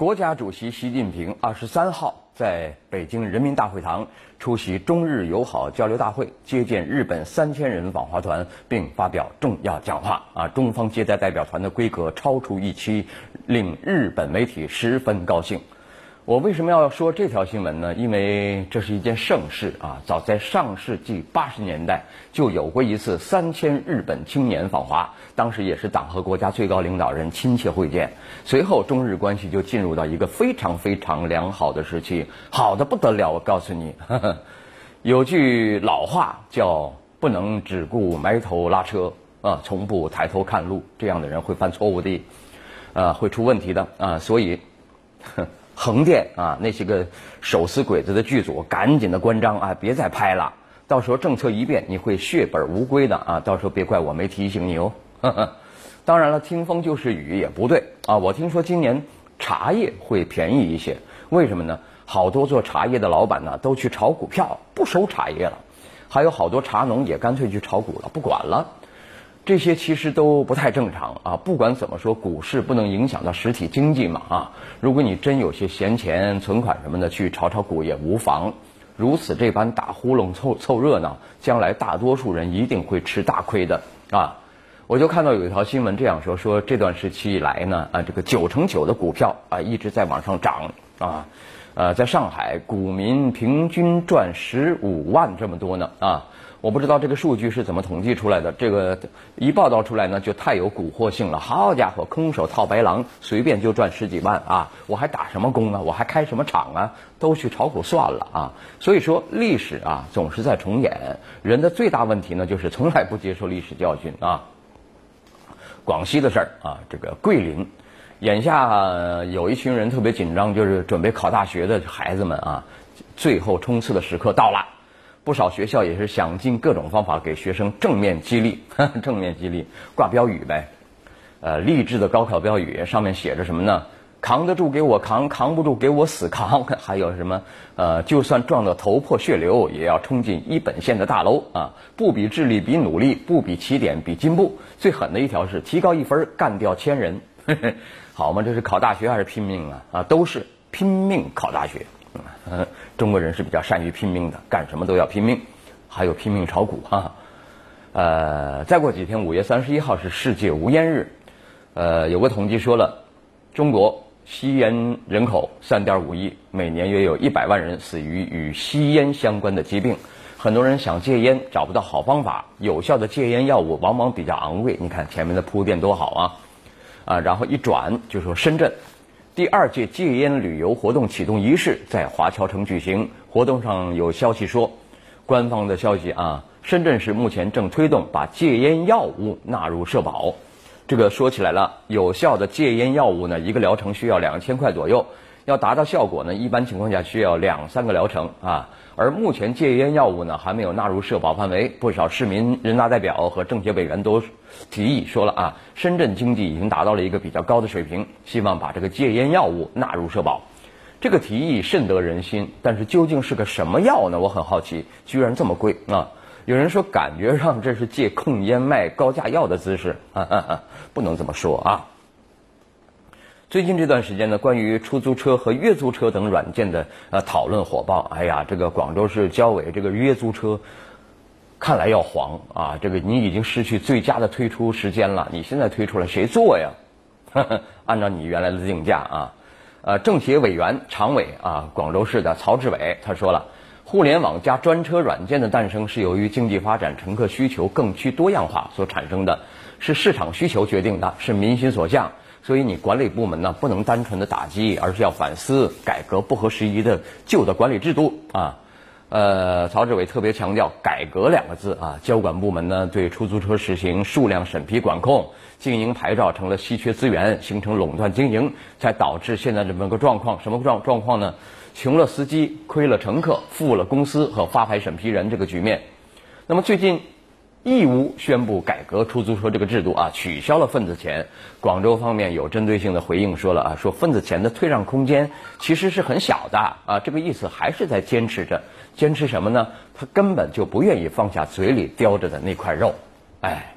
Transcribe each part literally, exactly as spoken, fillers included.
国家主席习近平二十三号在北京人民大会堂出席中日友好交流大会，接见日本三千人访华团，并发表重要讲话。啊，中方接待代表团的规格超出预期，令日本媒体十分高兴。我为什么要说这条新闻呢？因为这是一件盛事啊！早在上世纪八十年代就有过一次三千日本青年访华，当时也是党和国家最高领导人亲切会见。随后中日关系就进入到一个非常非常良好的时期，好的不得了。我告诉你，呵呵，有句老话叫不能只顾埋头拉车啊，从不抬头看路，这样的人会犯错误的，啊，会出问题的啊，所以，呵。横店啊，那些个手撕鬼子的剧组，赶紧的关张啊，别再拍了。到时候政策一变，你会血本无归的啊！到时候别怪我没提醒你哦。呵呵，当然了，听风就是雨也不对啊。我听说今年茶叶会便宜一些，为什么呢？好多做茶叶的老板呢都去炒股票，不收茶叶了，还有好多茶农也干脆去炒股了，不管了。这些其实都不太正常啊！不管怎么说，股市不能影响到实体经济嘛啊！如果你真有些闲钱、存款什么的，去炒炒股也无妨。如此这般打呼噜凑凑热闹，将来大多数人一定会吃大亏的啊！我就看到有一条新闻这样说：说这段时期以来呢，啊，这个九成九的股票啊一直在往上涨啊，呃，在上海股民平均赚十五万这么多呢啊！我不知道这个数据是怎么统计出来的，这个一报道出来呢就太有蛊惑性了。好家伙，空手套白狼，随便就赚十几万啊！我还打什么工啊？我还开什么厂啊？都去炒股算了啊！所以说历史啊总是在重演，人的最大问题呢就是从来不接受历史教训啊。广西的事儿啊，这个桂林，眼下、呃、有一群人特别紧张，就是准备考大学的孩子们啊，最后冲刺的时刻到了。不少学校也是想尽各种方法给学生正面激励，呵呵正面激励，挂标语呗，呃，励志的高考标语上面写着什么呢？扛得住给我扛，扛不住给我死扛。还有什么？呃，就算撞得头破血流，也要冲进一本线的大楼啊！不比智力，比努力；不比起点，比进步。最狠的一条是提高一分，干掉千人。呵呵，好吗？这是考大学还是拼命啊？啊，都是拼命考大学。嗯，中国人是比较善于拼命的，干什么都要拼命，还有拼命炒股哈。呃，再过几天，五月三十一号是世界无烟日。呃，有个统计说了，中国吸烟人口三点五亿，每年约有一百万人死于与吸烟相关的疾病。很多人想戒烟，找不到好方法，有效的戒烟药物往往比较昂贵。你看前面的铺垫多好啊！啊，然后一转就说深圳。第二届戒烟旅游活动启动仪式在华侨城举行，活动上有消息说，官方的消息啊，深圳市目前正推动把戒烟药物纳入社保。这个说起来了，有效的戒烟药物呢，一个疗程需要两千块左右，要达到效果呢，一般情况下需要两三个疗程啊。而目前戒烟药物呢还没有纳入社保范围，不少市民、人大代表和政协委员都提议说了啊，深圳经济已经达到了一个比较高的水平，希望把这个戒烟药物纳入社保。这个提议甚得人心，但是究竟是个什么药呢？我很好奇，居然这么贵啊！有人说感觉上这是借控烟卖高价药的姿势，啊啊啊，不能这么说啊。最近这段时间呢，关于出租车和约租车等软件的呃讨论火爆。哎呀，这个广州市交委这个约租车看来要黄啊！这个你已经失去最佳的推出时间了，你现在推出来谁做呀？呵呵，按照你原来的定价啊。呃，政协委员、常委啊，广州市的曹志伟他说了，互联网加专车软件的诞生是由于经济发展、乘客需求更趋多样化所产生的，是市场需求决定的，是民心所向。所以你管理部门呢，不能单纯的打击，而是要反思改革不合时宜的旧的管理制度啊。呃，曹志伟特别强调改革两个字啊，交管部门呢对出租车实行数量审批管控，经营牌照成了稀缺资源，形成垄断经营，才导致现在这么个状况。什么状状况呢？穷了司机，亏了乘客，富了公司和发牌审批人这个局面。那么最近义乌宣布改革出租车这个制度啊，取消了份子钱。广州方面有针对性的回应说了啊，说份子钱的退让空间其实是很小的啊，这个意思还是在坚持着，坚持什么呢？他根本就不愿意放下嘴里叼着的那块肉，哎。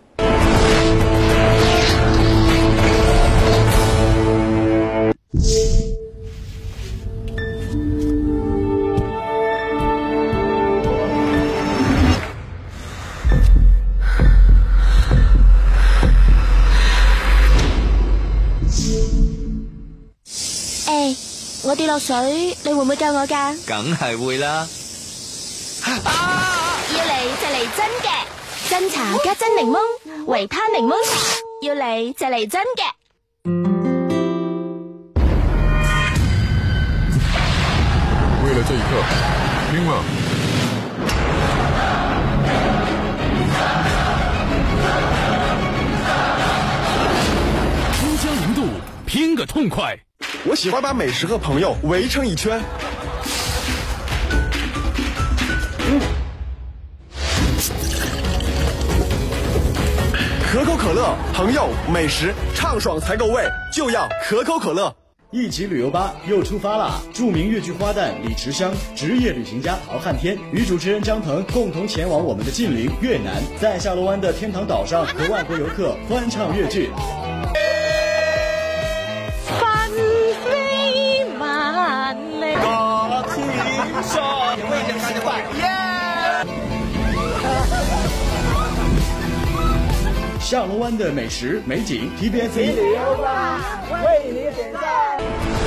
you 落水，你會唔會救我㗎？ 梗係會啦！啊！ 要嚟就嚟真嘅，真茶加真檸檬，維他檸檬茶，要嚟就嚟真嘅。 为了这一刻，拼了！ 珠江零度，拼个痛快！ 我喜欢把美食和朋友围成一圈。嗯，可口可乐，朋友美食畅爽才够味，就要可口可乐。 一起旅游吧又出发啦！著名越剧花旦李池香、职业旅行家陶汉天与主持人张鹏共同前往我们的近邻越南，在下罗湾的天堂岛上和外国游客欢唱越剧。 翻飛萬里， 歌情深，为了看拜耶！ 下罗湾的美食美景 ，T B S 旅游吧，为你点赞。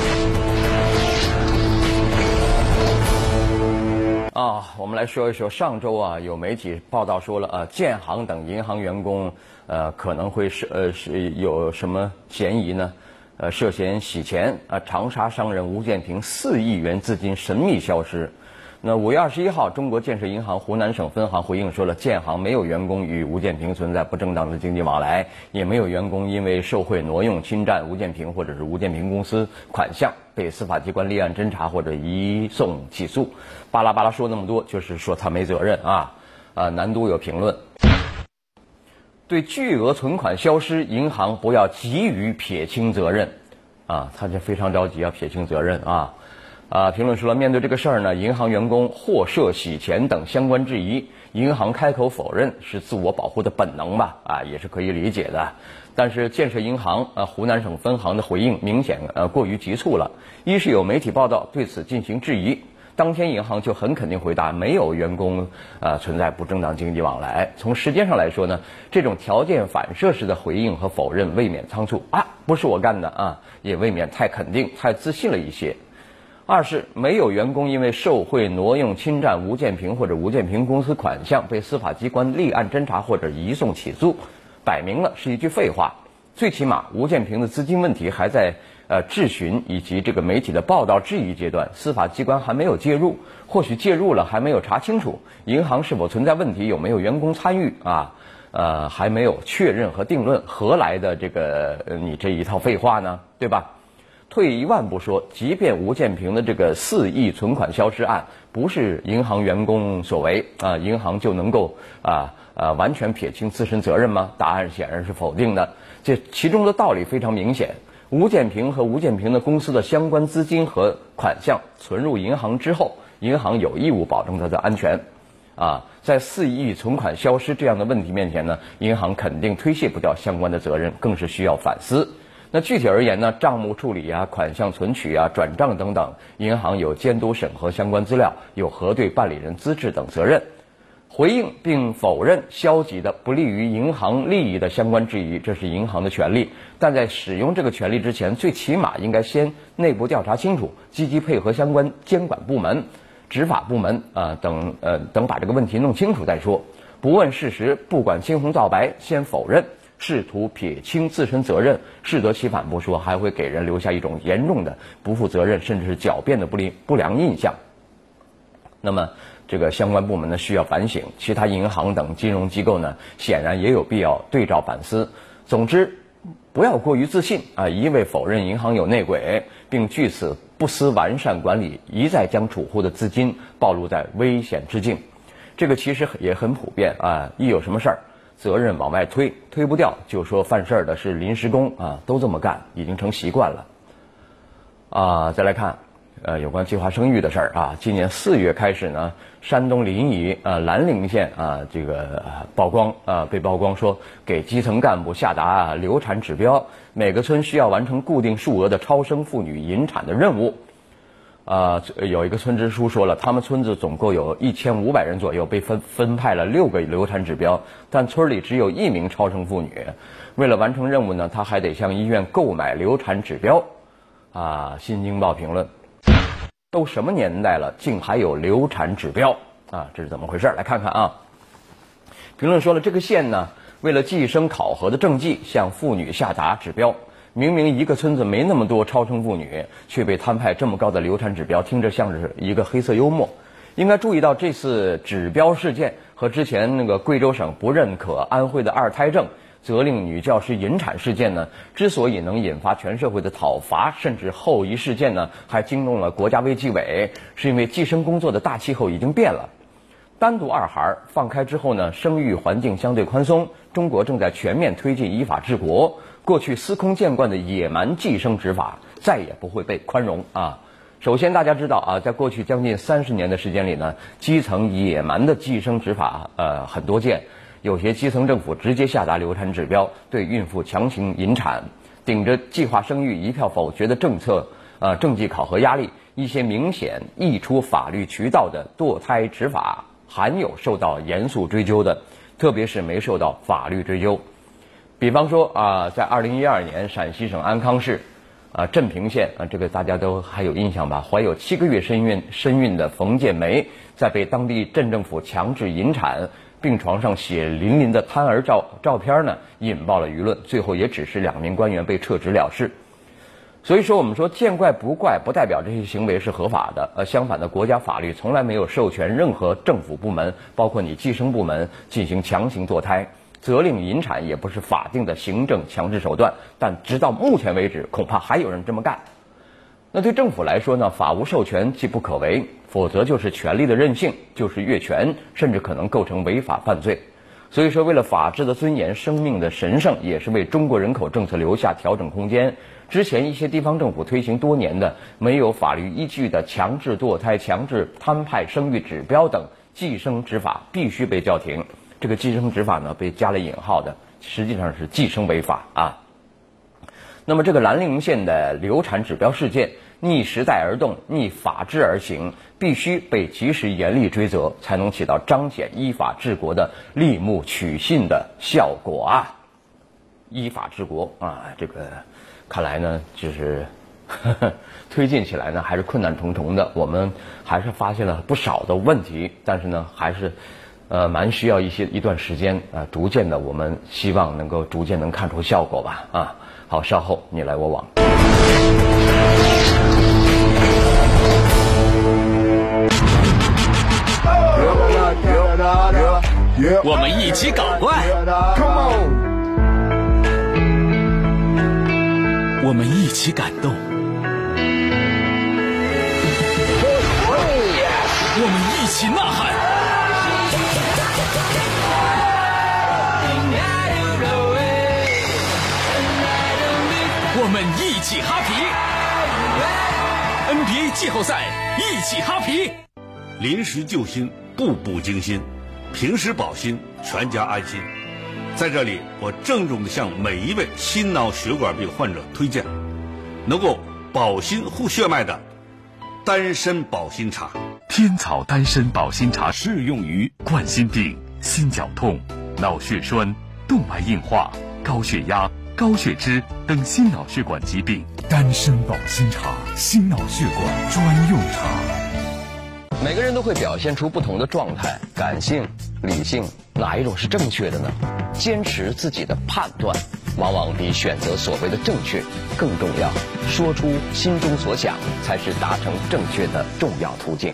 啊，我们来说一说上周啊，有媒体报道说了啊，建行等银行员工呃可能会是呃是有什么嫌疑呢？呃，涉嫌洗钱啊，长沙商人吴建平四亿元资金神秘消失。那五月二十一号，中国建设银行湖南省分行回应说了，建行没有员工与吴建平存在不正当的经济往来，也没有员工因为受贿、挪用、侵占吴建平或者是吴建平公司款项被司法机关立案侦查或者移送起诉。巴拉巴拉说那么多，就是说他没责任啊。啊，南都有评论，对巨额存款消失，银行不要急于撇清责任啊，他就非常着急要撇清责任啊。啊，评论说了，面对这个事儿呢，银行员工或涉洗钱等相关质疑，银行开口否认是自我保护的本能吧？啊，也是可以理解的。但是建设银行呃湖南省分行的回应明显呃过于急促了。一是有媒体报道对此进行质疑，当天银行就很肯定回答没有员工呃存在不正当经济往来。从时间上来说呢，这种条件反射式的回应和否认未免仓促啊，不是我干的啊，也未免太肯定、太自信了一些。二是没有员工因为受贿、挪用、侵占吴建平或者吴建平公司款项被司法机关立案侦查或者移送起诉，摆明了是一句废话。最起码吴建平的资金问题还在呃质询以及这个媒体的报道质疑阶段，司法机关还没有介入，或许介入了还没有查清楚，银行是否存在问题，有没有员工参与啊？呃，还没有确认和定论，何来的这个、呃、你这一套废话呢？对吧？退一万步说，即便吴建平的这个四亿存款消失案不是银行员工所为啊，银行就能够啊啊完全撇清自身责任吗？答案显然是否定的。这其中的道理非常明显，吴建平和吴建平的公司的相关资金和款项存入银行之后，银行有义务保证它的安全。啊，在四亿存款消失这样的问题面前呢，银行肯定推卸不掉相关的责任，更是需要反思。那具体而言呢，账目处理啊、款项存取啊、转账等等，银行有监督审核相关资料，有核对办理人资质等责任。回应并否认消极的不利于银行利益的相关质疑，这是银行的权利。但在使用这个权利之前，最起码应该先内部调查清楚，积极配合相关监管部门、执法部门啊、呃、等呃等把这个问题弄清楚再说。不问事实，不管青红皂白，先否认，试图撇清自身责任，适得其反不说，还会给人留下一种严重的不负责任甚至是狡辩的不利不良印象。那么这个相关部门呢需要反省，其他银行等金融机构呢显然也有必要对照反思。总之不要过于自信啊，一味否认银行有内鬼，并据此不思完善管理，一再将储户的资金暴露在危险之境。这个其实也很普遍啊，一有什么事儿责任往外推，推不掉就说犯事儿的是临时工啊，都这么干，已经成习惯了。啊，再来看，呃，有关计划生育的事儿啊，今年四月开始呢，山东临沂啊兰陵县啊这个曝光啊被曝光说给基层干部下达啊流产指标，每个村需要完成固定数额的超生妇女引产的任务。啊、呃，有一个村支书说了，他们村子总共有一千五百人左右，被分分派了六个流产指标，但村里只有一名超生妇女。为了完成任务呢，他还得向医院购买流产指标。啊，《新京报》评论。 都什么年代了，竟还有流产指标啊？这是怎么回事？来看看啊。评论说了，这个县呢，为了计生考核的政绩，向妇女下达指标。明明一个村子没那么多超生妇女，却被摊派这么高的流产指标，听着像是一个黑色幽默。应该注意到，这次指标事件和之前那个贵州省不认可安徽的二胎政、责令女教师引产事件呢，之所以能引发全社会的讨伐，甚至后遗事件呢，还惊动了国家卫计委，是因为计生工作的大气候已经变了。单独二孩放开之后呢，生育环境相对宽松，中国正在全面推进依法治国。过去司空见惯的野蛮计生执法再也不会被宽容啊！首先，大家知道啊，在过去将近三十年的时间里呢，基层野蛮的计生执法呃很多见，有些基层政府直接下达流产指标，对孕妇强行引产，顶着计划生育一票否决的政策呃政绩考核压力，一些明显溢出法律渠道的堕胎执法，罕有受到严肃追究的，特别是没受到法律追究。比方说啊，在二零一二年，陕西省安康市啊镇平县啊，这个大家都还有印象吧？怀有七个月身孕身孕的冯建梅，在被当地镇政府强制引产，病床上血淋淋的胎儿照照片呢，引爆了舆论，最后也只是两名官员被撤职了事。所以说，我们说见怪不怪，不代表这些行为是合法的。呃，相反的，国家法律从来没有授权任何政府部门，包括你计生部门进行强行堕胎。责令引产也不是法定的行政强制手段，但直到目前为止，恐怕还有人这么干。那对政府来说呢，法无授权既不可为，否则就是权力的任性，就是越权，甚至可能构成违法犯罪。所以说，为了法治的尊严、生命的神圣，也是为中国人口政策留下调整空间，之前一些地方政府推行多年的没有法律依据的强制堕胎、强制摊派生育指标等计生执法必须被叫停。这个计生执法呢，被加了引号的，实际上是计生违法啊。那么这个兰陵县的流产指标事件，逆时代而动，逆法治而行，必须被及时严厉追责，才能起到彰显依法治国的立木取信的效果啊。依法治国啊，这个看来呢，就是呵呵推进起来呢，还是困难重重的。我们还是发现了不少的问题，但是呢，还是。呃，蛮需要一些一段时间啊、呃，逐渐的，我们希望能够逐渐能看出效果吧啊。好，稍后你来我往。 我们一起搞怪，我们一起感动，我们一起呐喊。我们一起哈皮 ，N B A 季后赛一起哈皮， 临时救心，步步惊心，平时保心，全家安心。在这里，我郑重地向每一位心脑血管病患者推荐，能够保心护血脉的丹参保心茶。 天草丹参保心茶适用于冠心病、心绞痛、脑血栓、动脉硬化、高血压、高血脂等心脑血管疾病。丹参保心茶，心脑血管专用茶。 每个人都会表现出不同的状态，感性、理性，哪一种是正确的呢？坚持自己的判断，往往比选择所谓的正确更重要。说出心中所想，才是达成正确的重要途径。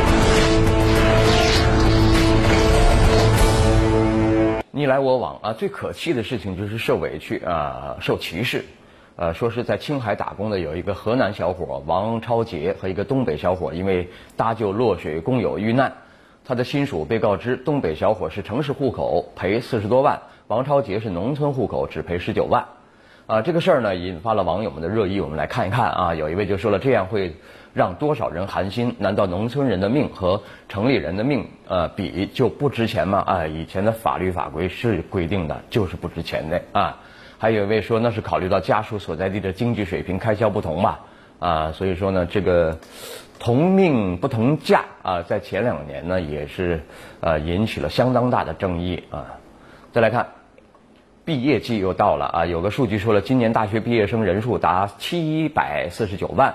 你来我往啊，最可气的事情就是受委屈啊，受歧视。呃，说是在青海打工的有一个河南小伙王超杰和一个东北小伙，因为搭救落水工友遇难，他的亲属被告知东北小伙是城市户口，赔四十多万，王超杰是农村户口，只赔十九万。啊，这个事儿呢引发了网友们的热议，我们来看一看啊。有一位就说了，这样会让多少人寒心？难道农村人的命和城里人的命呃比就不值钱吗？啊，以前的法律法规是规定的，就是不值钱的啊。还有一位说，那是考虑到家属所在地的经济水平、开销不同吧，啊，所以说呢，这个同命不同价啊，在前两年呢也是呃引起了相当大的争议啊。再来看，毕业季又到了啊，有个数据说了，今年大学毕业生人数达七百四十九万，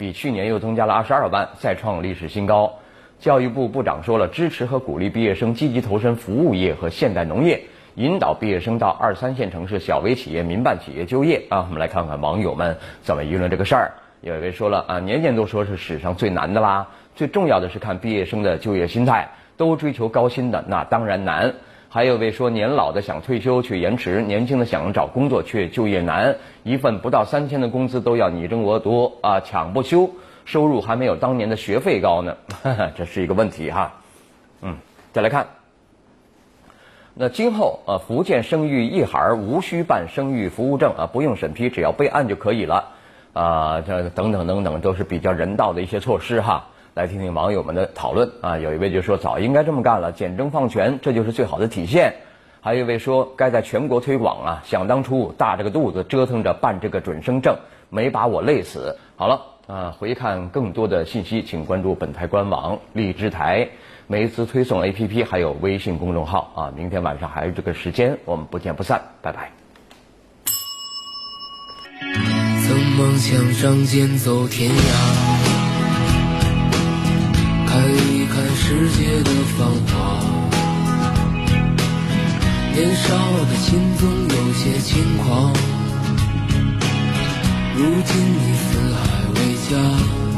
比去年又增加了二十二万，再创历史新高。教育部部长说了，支持和鼓励毕业生积极投身服务业和现代农业，引导毕业生到二三线城市小微企业、民办企业就业啊。我们来看看网友们怎么议论这个事儿。有一位说了啊，年年都说是史上最难的啦，最重要的是看毕业生的就业心态，都追求高薪的那当然难。还有位说，年老的想退休却延迟，年轻的想找工作却就业难，一份不到三千的工资都要你争我夺啊，抢不休，收入还没有当年的学费高呢，哈哈，这是一个问题哈。嗯，再来看，那今后呃，福建生育一孩无需办生育服务证啊，不用审批，只要备案就可以了啊，这等等等等都是比较人道的一些措施哈。来听听网友们的讨论啊，有一位就说早应该这么干了，简政放权，这就是最好的体现。还有一位说该在全国推广啊，想当初大着个肚子折腾着办这个准生证，没把我累死。好了啊，回看更多的信息，请关注本台官网、荔枝台、梅子推送 A P P， 还有微信公众号啊。明天晚上还有这个时间，我们不见不散，拜拜。 曾梦想仗剑走天涯，看一看世界的繁华，年少的心总有些轻狂，如今你四海为家。